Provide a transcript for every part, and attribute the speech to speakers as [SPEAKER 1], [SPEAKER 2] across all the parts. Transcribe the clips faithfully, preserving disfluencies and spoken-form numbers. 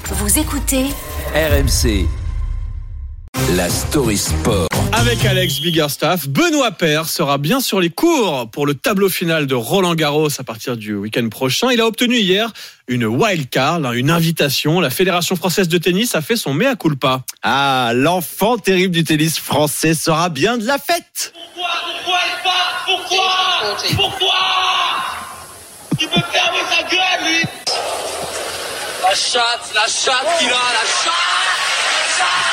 [SPEAKER 1] Vous écoutez
[SPEAKER 2] R M C, la story sport.
[SPEAKER 3] Avec Alex Biggerstaff, Benoît Paire sera bien sur les cours pour le tableau final de Roland Garros à partir du week-end prochain. Il a obtenu hier une wild card, une invitation. La Fédération française de tennis a fait son mea culpa.
[SPEAKER 4] Ah, l'enfant terrible du tennis français sera bien de la fête.
[SPEAKER 5] Pourquoi Pourquoi il part Pourquoi Pourquoi Tu peux fermer sa gueule, lui. La chatte, la chatte qu'il a, la chatte, la chatte.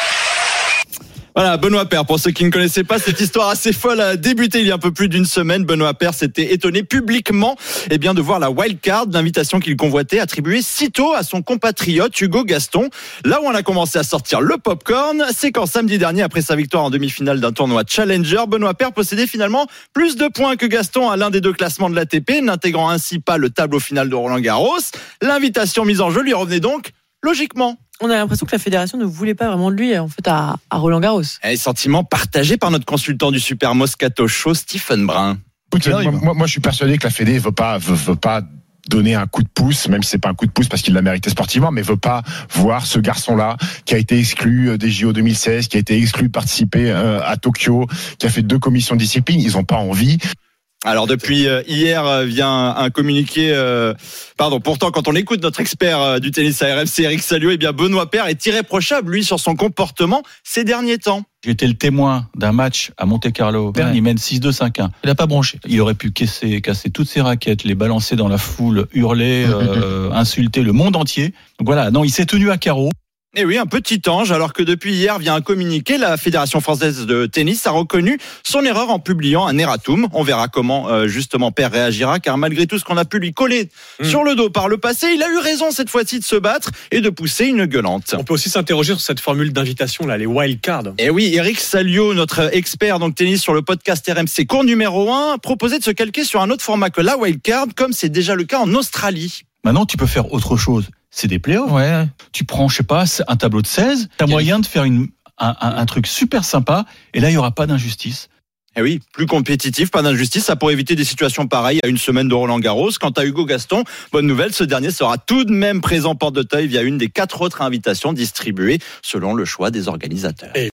[SPEAKER 4] Voilà, Benoît Paire, pour ceux qui ne connaissaient pas cette histoire assez folle, a débuté il y a un peu plus d'une semaine. Benoît Paire s'était étonné publiquement eh bien, de voir la wild card, l'invitation qu'il convoitait, attribuée sitôt à son compatriote Hugo Gaston. Là où on a commencé à sortir le popcorn, c'est quand samedi dernier, après sa victoire en demi-finale d'un tournoi Challenger, Benoît Paire possédait finalement plus de points que Gaston à l'un des deux classements de l'A T P, n'intégrant ainsi pas le tableau final de Roland Garros. L'invitation mise en jeu lui revenait donc logiquement.
[SPEAKER 6] On a l'impression que la fédération ne voulait pas vraiment de lui en fait à, à Roland Garros. Un
[SPEAKER 4] sentiment partagé par notre consultant du Super Moscato Show, Stephen Brun.
[SPEAKER 7] Écoute, moi, moi, moi, je suis persuadé que la Fédé veut pas, veut, veut pas donner un coup de pouce, même si c'est pas un coup de pouce parce qu'il l'a mérité sportivement, mais veut pas voir ce garçon-là qui a été exclu des J O deux mille seize, qui a été exclu de participer à Tokyo, qui a fait deux commissions de discipline. Ils ont pas envie.
[SPEAKER 4] Alors depuis euh, hier euh, vient un communiqué. Euh, pardon. Pourtant, quand on écoute notre expert euh, du tennis à R M C, Eric Salio, eh bien Benoît Paire est irréprochable lui sur son comportement ces derniers temps.
[SPEAKER 8] J'ai été le témoin d'un match à Monte-Carlo. Ouais. Il mène six deux cinq un. Il n'a pas bronché. Il aurait pu casser, casser toutes ses raquettes, les balancer dans la foule, hurler, euh, insulter le monde entier. Donc voilà. Non, il s'est tenu à carreau.
[SPEAKER 4] Et oui, un petit ange, alors que depuis hier vient un communiqué, la Fédération française de tennis a reconnu son erreur en publiant un erratum. On verra comment euh, justement Paire réagira, car malgré tout ce qu'on a pu lui coller mmh. sur le dos par le passé, il a eu raison cette fois-ci de se battre et de pousser une gueulante.
[SPEAKER 3] On peut aussi s'interroger sur cette formule d'invitation là, les wild cards.
[SPEAKER 4] Et oui, Eric Salio, notre expert donc tennis sur le podcast R M C cours numéro un, proposait de se calquer sur un autre format que la wild card, comme c'est déjà le cas en Australie.
[SPEAKER 8] Maintenant, tu peux faire autre chose. C'est des playoffs.
[SPEAKER 6] Ouais.
[SPEAKER 8] Tu prends, je sais pas, un tableau de seize. T'as moyen de faire une, un, un, un truc super sympa. Et là, il y aura pas d'injustice.
[SPEAKER 4] Eh oui, plus compétitif, pas d'injustice. Ça pourrait éviter des situations pareilles à une semaine de Roland Garros. Quant à Hugo Gaston, bonne nouvelle, ce dernier sera tout de même présent porte-de-Teuil via une des quatre autres invitations distribuées selon le choix des organisateurs. Et